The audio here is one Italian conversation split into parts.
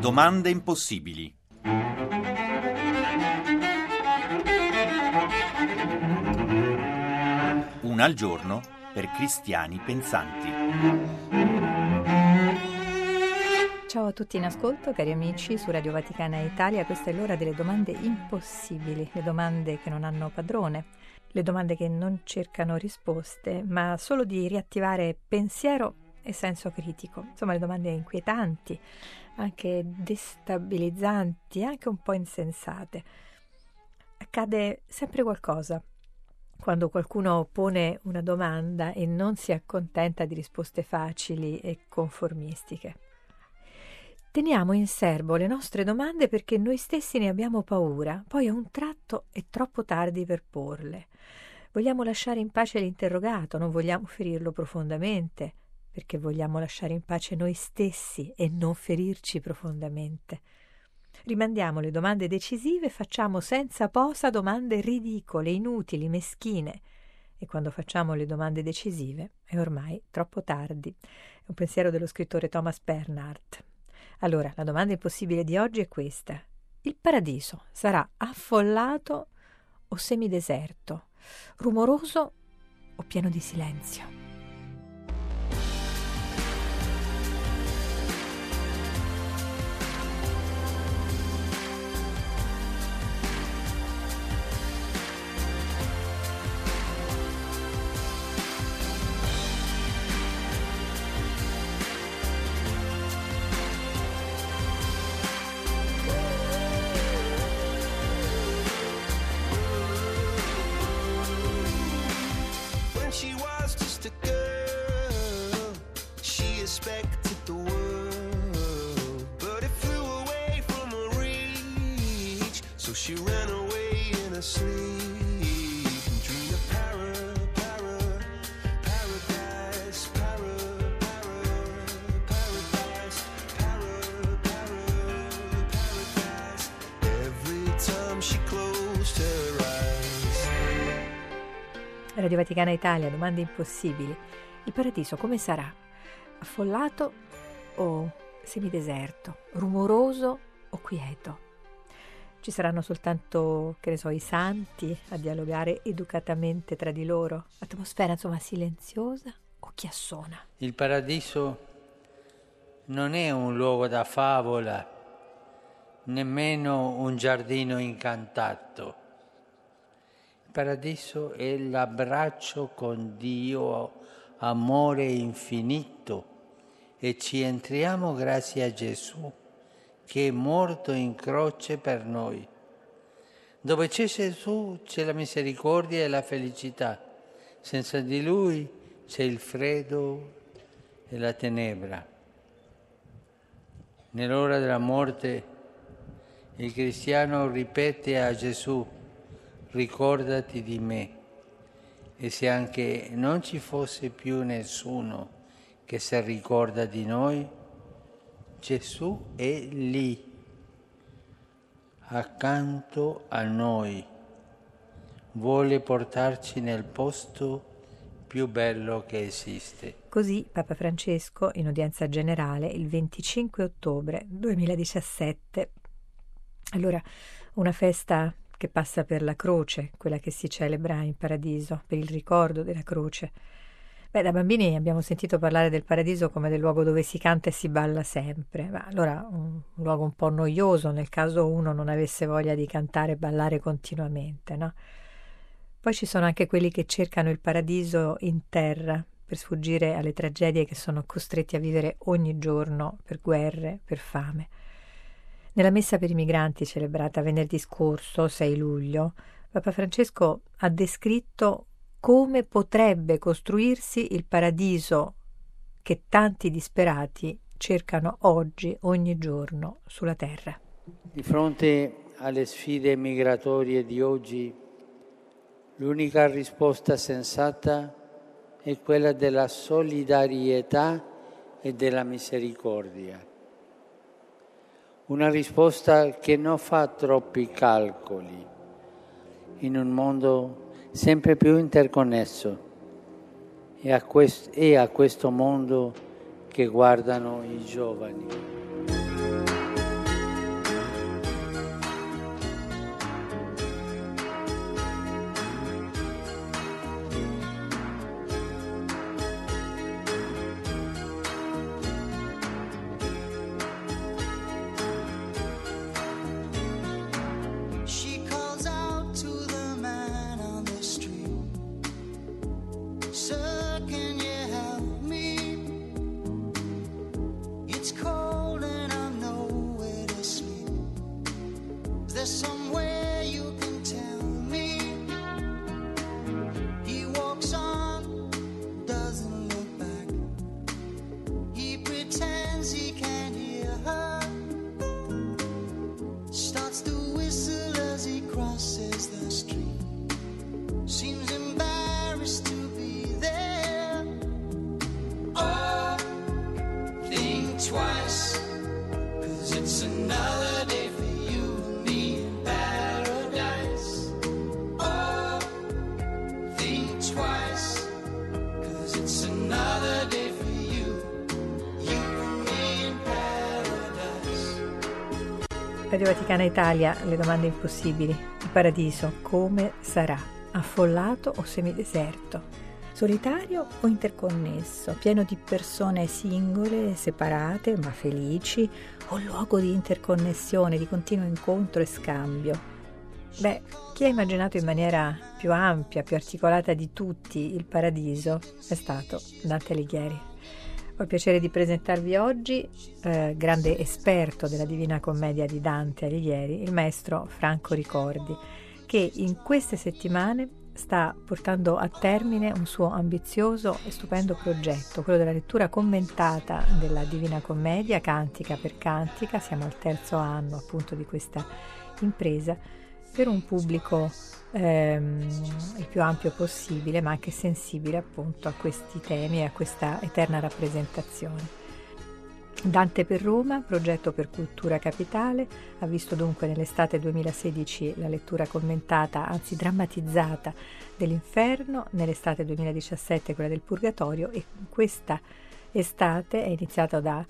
Domande impossibili. Una al giorno per cristiani pensanti. Ciao a tutti in ascolto, cari amici su Radio Vaticana Italia. Questa è l'ora delle domande impossibili, le domande che non hanno padrone, le domande che non cercano risposte, ma solo di riattivare pensiero e senso critico. Insomma, le domande inquietanti, anche destabilizzanti, anche un po' insensate. Accade sempre qualcosa quando qualcuno pone una domanda e non si accontenta di risposte facili e conformistiche. Teniamo in serbo le nostre domande perché noi stessi ne abbiamo paura, poi a un tratto è troppo tardi per porle. Vogliamo lasciare in pace l'interrogato, non vogliamo ferirlo profondamente, perché vogliamo lasciare in pace noi stessi e non ferirci profondamente. Rimandiamo le domande decisive e facciamo senza posa domande ridicole, inutili, meschine. E quando facciamo le domande decisive è ormai troppo tardi. È un pensiero dello scrittore Thomas Bernhardt. Allora, la domanda impossibile di oggi è questa. Il paradiso sarà affollato o semideserto? Rumoroso o pieno di silenzio? She was just a girl, she expected the world, but it flew away from her reach, so she ran away in her sleep and dreamed of paradise, paradise, paradise. Every time she closed her eyes. Radio Vaticana Italia, domande impossibili. Il paradiso come sarà? Affollato o semideserto? Rumoroso o quieto? Ci saranno soltanto, i santi a dialogare educatamente tra di loro? Atmosfera, silenziosa o chiassona? Il paradiso non è un luogo da favola, nemmeno un giardino incantato. Il paradiso è l'abbraccio con Dio, amore infinito, e ci entriamo grazie a Gesù che è morto in croce per noi. Dove c'è Gesù c'è la misericordia e la felicità. Senza di Lui c'è il freddo e la tenebra. Nell'ora della morte il cristiano ripete a Gesù: ricordati di me. E se anche non ci fosse più nessuno che si ricorda di noi, Gesù è lì, accanto a noi, vuole portarci nel posto più bello che esiste. Così Papa Francesco, in udienza generale, il 25 ottobre 2017. Allora, una festa che passa per la croce, quella che si celebra in paradiso, per il ricordo della croce. Da bambini abbiamo sentito parlare del paradiso come del luogo dove si canta e si balla sempre, ma allora un luogo un po' noioso nel caso uno non avesse voglia di cantare e ballare continuamente, no? Poi ci sono anche quelli che cercano il paradiso in terra per sfuggire alle tragedie che sono costretti a vivere ogni giorno per guerre, per fame. Nella messa per i migranti celebrata venerdì scorso, 6 luglio, Papa Francesco ha descritto come potrebbe costruirsi il paradiso che tanti disperati cercano oggi, ogni giorno, sulla terra. Di fronte alle sfide migratorie di oggi, l'unica risposta sensata è quella della solidarietà e della misericordia. Una risposta che non fa troppi calcoli in un mondo sempre più interconnesso. È a questo mondo che guardano i giovani. Radio Vaticana Italia, le domande impossibili. Il paradiso come sarà? Affollato o semideserto? Solitario o interconnesso? Pieno di persone singole, separate ma felici? O luogo di interconnessione, di continuo incontro e scambio? Beh, chi ha immaginato in maniera più ampia, più articolata di tutti il paradiso è stato Dante Alighieri. Ho il piacere di presentarvi oggi, grande esperto della Divina Commedia di Dante Alighieri, il maestro Franco Ricordi, che in queste settimane sta portando a termine un suo ambizioso e stupendo progetto, quello della lettura commentata della Divina Commedia, cantica per cantica. Siamo al 3° anno appunto di questa impresa, per un pubblico il più ampio possibile, ma anche sensibile appunto a questi temi e a questa eterna rappresentazione. Dante per Roma, progetto per Cultura Capitale, ha visto dunque nell'estate 2016 la lettura commentata, anzi drammatizzata, dell'Inferno, nell'estate 2017 quella del Purgatorio, e questa estate è iniziata da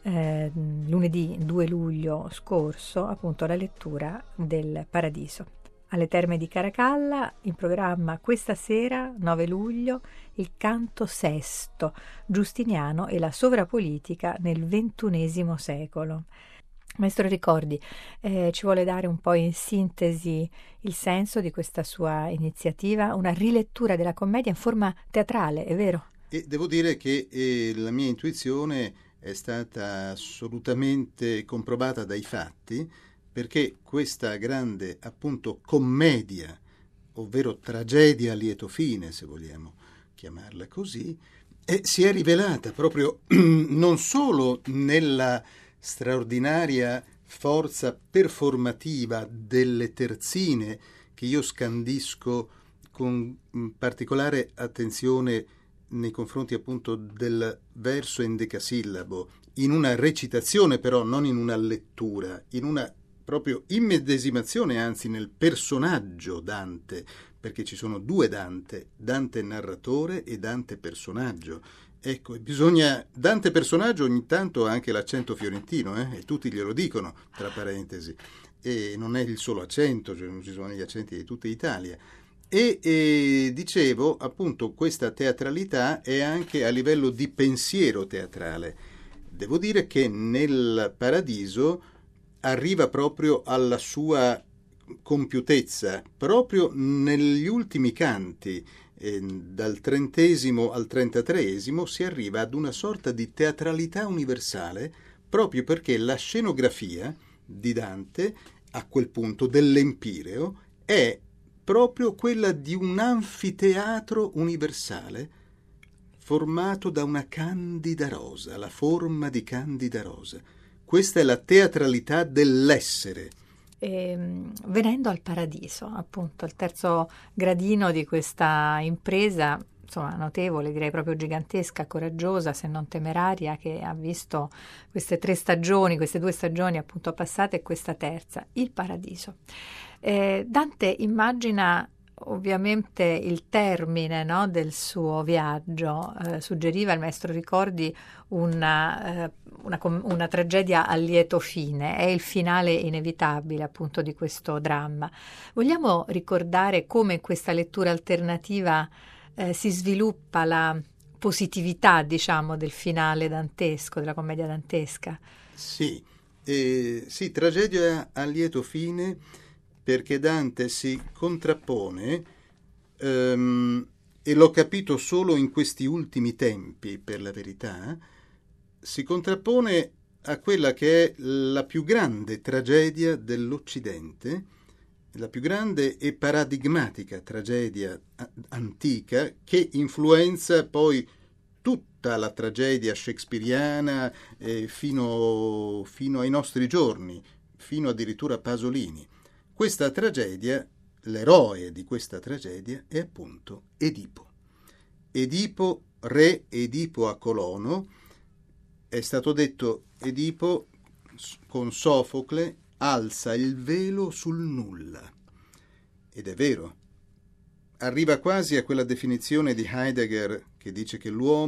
lunedì 2 luglio scorso appunto la lettura del Paradiso. Alle Terme di Caracalla, in programma questa sera, 9 luglio, il canto sesto, Giustiniano e la sovrapolitica nel XXI secolo. Maestro Ricordi, ci vuole dare un po' in sintesi il senso di questa sua iniziativa, una rilettura della commedia in forma teatrale, è vero? E devo dire che la mia intuizione è stata assolutamente comprovata dai fatti, perché questa grande, appunto, commedia, ovvero tragedia a lieto fine, se vogliamo chiamarla così, si è rivelata proprio non solo nella straordinaria forza performativa delle terzine, che io scandisco con particolare attenzione nei confronti appunto del verso endecasillabo, in una recitazione però, non in una lettura, in una proprio immedesimazione, anzi nel personaggio Dante, perché ci sono due Dante, Dante narratore e Dante personaggio. Ecco, bisogna, Dante personaggio ogni tanto ha anche l'accento fiorentino, e tutti glielo dicono, tra parentesi, e non è il solo accento, cioè non ci sono gli accenti di tutta Italia. E dicevo, appunto, questa teatralità è anche a livello di pensiero teatrale. Devo dire che nel Paradiso arriva proprio alla sua compiutezza, proprio negli ultimi canti, dal 30° al 33° si arriva ad una sorta di teatralità universale, proprio perché la scenografia di Dante, a quel punto dell'Empireo, è proprio quella di un anfiteatro universale formato da una candida rosa, la forma di candida rosa. Questa è la teatralità dell'essere. Venendo al Paradiso, appunto, il 3° gradino di questa impresa, insomma, notevole, direi proprio gigantesca, coraggiosa, se non temeraria, che ha visto queste 3 stagioni, queste 2 stagioni appunto passate e questa terza, il Paradiso. Dante immagina ovviamente il termine, no, del suo viaggio. Suggeriva il maestro Ricordi una tragedia a lieto fine, è il finale inevitabile appunto di questo dramma. Vogliamo ricordare come in questa lettura alternativa si sviluppa la positività, diciamo, del finale dantesco, della commedia dantesca? Sì, tragedia a lieto fine, perché Dante si contrappone, e l'ho capito solo in questi ultimi tempi, per la verità, si contrappone a quella che è la più grande tragedia dell'Occidente, la più grande e paradigmatica tragedia antica, che influenza poi tutta la tragedia shakespeariana fino ai nostri giorni, fino addirittura a Pasolini. Questa tragedia, l'eroe di questa tragedia è appunto Edipo. Edipo, re Edipo a Colono, è stato detto Edipo con Sofocle alza il velo sul nulla. Ed è vero, arriva quasi a quella definizione di Heidegger che dice che l'uomo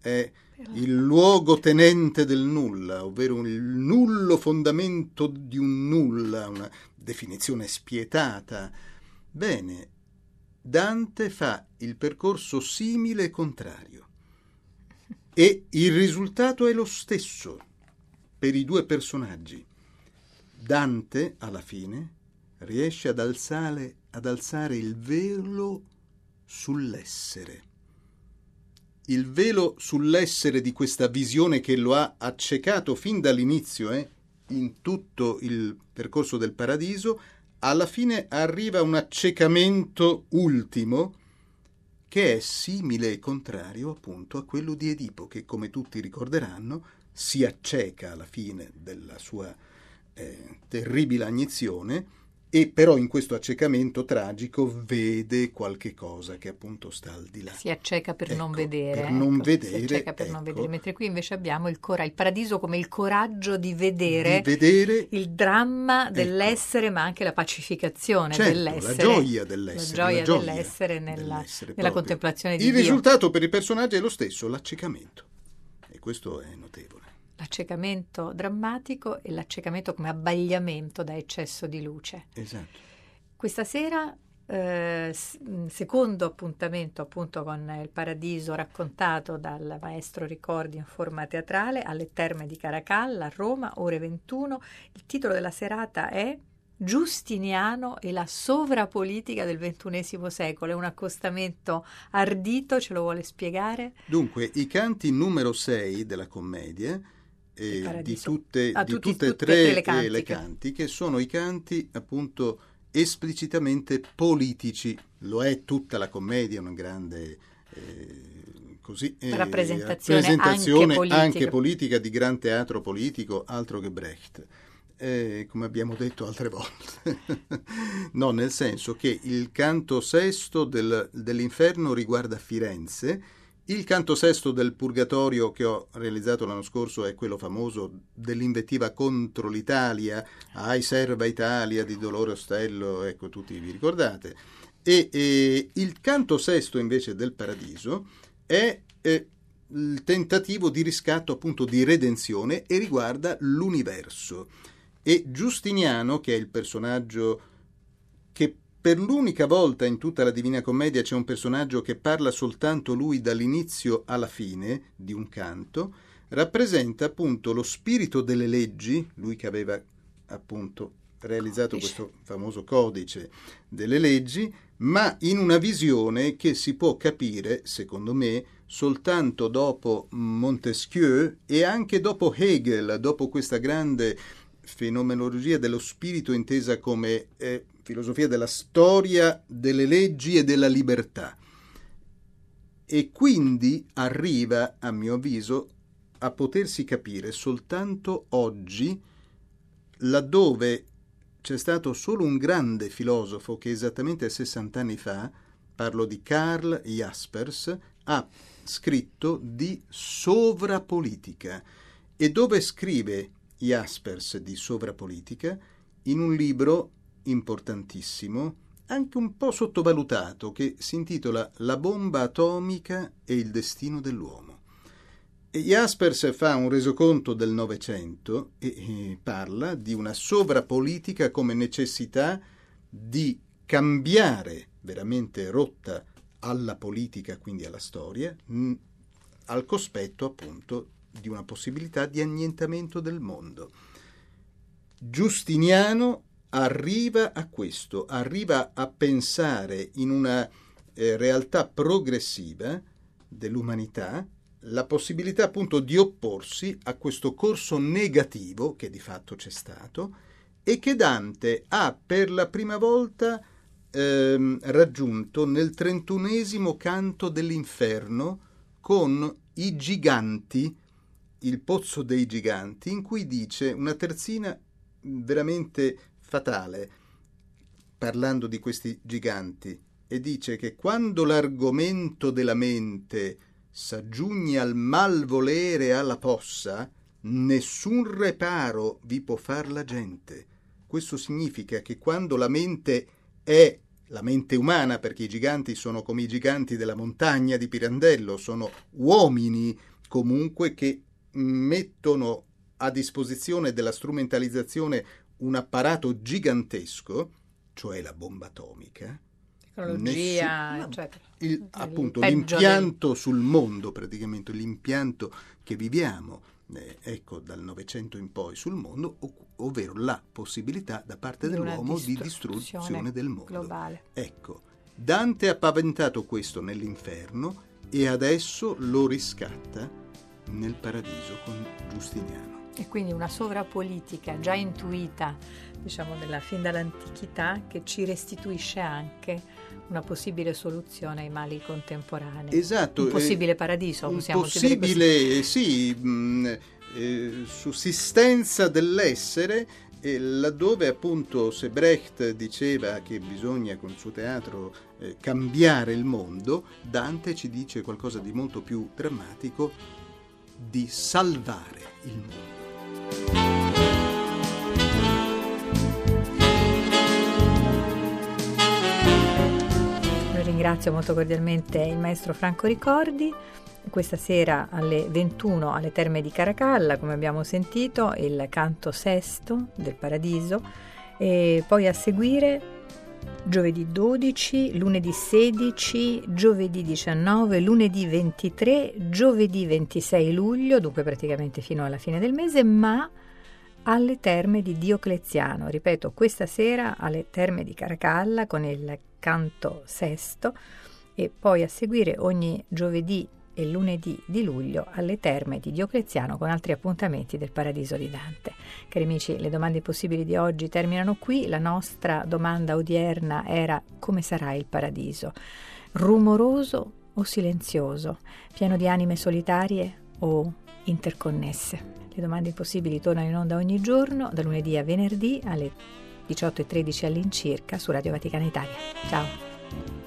è il luogotenente del nulla, ovvero il nullo fondamento di un nulla, una definizione spietata. Bene, Dante fa il percorso simile e contrario, e il risultato è lo stesso per i due personaggi. Dante, alla fine, riesce ad alzare il velo sull'essere. Il velo sull'essere di questa visione che lo ha accecato fin dall'inizio, in tutto il percorso del paradiso, alla fine arriva un accecamento ultimo che è simile e contrario appunto a quello di Edipo, che, come tutti ricorderanno, si acceca alla fine della sua terribile agnizione, e però in questo accecamento tragico vede qualche cosa che appunto sta al di là. Si acceca per non vedere. Per non vedere. Si acceca per non vedere, mentre qui invece abbiamo il paradiso come il coraggio di vedere il dramma dell'essere, ma anche la pacificazione dell'essere. La gioia dell'essere. La gioia dell'essere nella contemplazione di Dio. Il risultato per i personaggi è lo stesso, l'accecamento. E questo è notevole. L'accecamento drammatico e l'accecamento come abbagliamento da eccesso di luce. Esatto. Questa sera, secondo appuntamento appunto con il paradiso raccontato dal maestro Ricordi in forma teatrale alle Terme di Caracalla a Roma, ore 21. Il titolo della serata è Giustiniano e la sovrapolitica del XXI secolo. È un accostamento ardito, ce lo vuole spiegare? Dunque, i canti numero 6 della commedia, di tutte e tre le cantiche, sono i canti appunto esplicitamente politici. Lo è tutta la commedia, una grande rappresentazione anche politica di gran teatro politico, altro che Brecht. Come abbiamo detto altre volte. No, nel senso che il canto sesto dell'inferno riguarda Firenze, il canto sesto del Purgatorio che ho realizzato l'anno scorso è quello famoso dell'invettiva contro l'Italia, ai serva Italia di Dolore Ostello, ecco, tutti vi ricordate. E il canto sesto invece del Paradiso è il tentativo di riscatto, appunto di redenzione, e riguarda l'universo. E Giustiniano, che è il personaggio che per l'unica volta in tutta la Divina Commedia c'è un personaggio che parla soltanto lui dall'inizio alla fine di un canto, rappresenta appunto lo spirito delle leggi, lui che aveva appunto realizzato questo famoso codice delle leggi, ma in una visione che si può capire, secondo me, soltanto dopo Montesquieu e anche dopo Hegel, dopo questa grande fenomenologia dello spirito intesa come filosofia della storia, delle leggi e della libertà. E quindi arriva, a mio avviso, a potersi capire soltanto oggi, laddove c'è stato solo un grande filosofo che esattamente 60 anni fa, parlo di Karl Jaspers, ha scritto di sovrapolitica. E dove scrive Jaspers di sovrapolitica? In un libro importantissimo, anche un po' sottovalutato, che si intitola La bomba atomica e il destino dell'uomo. E Jaspers fa un resoconto del Novecento e parla di una sovrapolitica come necessità di cambiare veramente rotta alla politica, quindi alla storia, al cospetto appunto di una possibilità di annientamento del mondo. Giustiniano arriva a questo, arriva a pensare in una realtà progressiva dell'umanità la possibilità appunto di opporsi a questo corso negativo che di fatto c'è stato e che Dante ha per la prima volta raggiunto nel 31esimo canto dell'inferno con i giganti, il pozzo dei giganti, in cui dice una terzina veramente fatale, parlando di questi giganti, e dice che quando l'argomento della mente s'aggiugni al malvolere e alla possa, nessun reparo vi può far la gente. Questo significa che quando la mente è la mente umana, perché i giganti sono come i giganti della montagna di Pirandello, sono uomini comunque che mettono a disposizione della strumentalizzazione un apparato gigantesco, cioè la bomba atomica. Tecnologia, eccetera. Appunto l'impianto sul mondo, praticamente l'impianto che viviamo, ecco, dal Novecento in poi sul mondo, ovvero la possibilità da parte dell'uomo di distruzione del mondo globale. Ecco, Dante ha paventato questo nell'inferno e adesso lo riscatta nel paradiso con Giustiniano. E quindi una sovrapolitica già intuita, diciamo, fin dall'antichità, che ci restituisce anche una possibile soluzione ai mali contemporanei. Esatto. Un possibile paradiso, possiamo possibile, sì, sussistenza dell'essere, laddove appunto se Brecht diceva che bisogna con il suo teatro cambiare il mondo, Dante ci dice qualcosa di molto più drammatico, di salvare il mondo. Ringrazio molto cordialmente il maestro Franco Ricordi. Questa sera alle 21 alle Terme di Caracalla, come abbiamo sentito, il canto sesto del Paradiso, e poi a seguire giovedì 12, lunedì 16, giovedì 19, lunedì 23, giovedì 26 luglio, dunque praticamente fino alla fine del mese, ma alle Terme di Diocleziano. Ripeto, questa sera alle Terme di Caracalla con il canto sesto, e poi a seguire ogni giovedì e lunedì di luglio alle Terme di Diocleziano con altri appuntamenti del Paradiso di Dante. Cari amici, le domande possibili di oggi terminano qui. La nostra domanda odierna era: come sarà il paradiso? Rumoroso o silenzioso? Pieno di anime solitarie o interconnesse? Le domande possibili tornano in onda ogni giorno, da lunedì a venerdì alle 18:13 all'incirca su Radio Vaticana Italia. Ciao!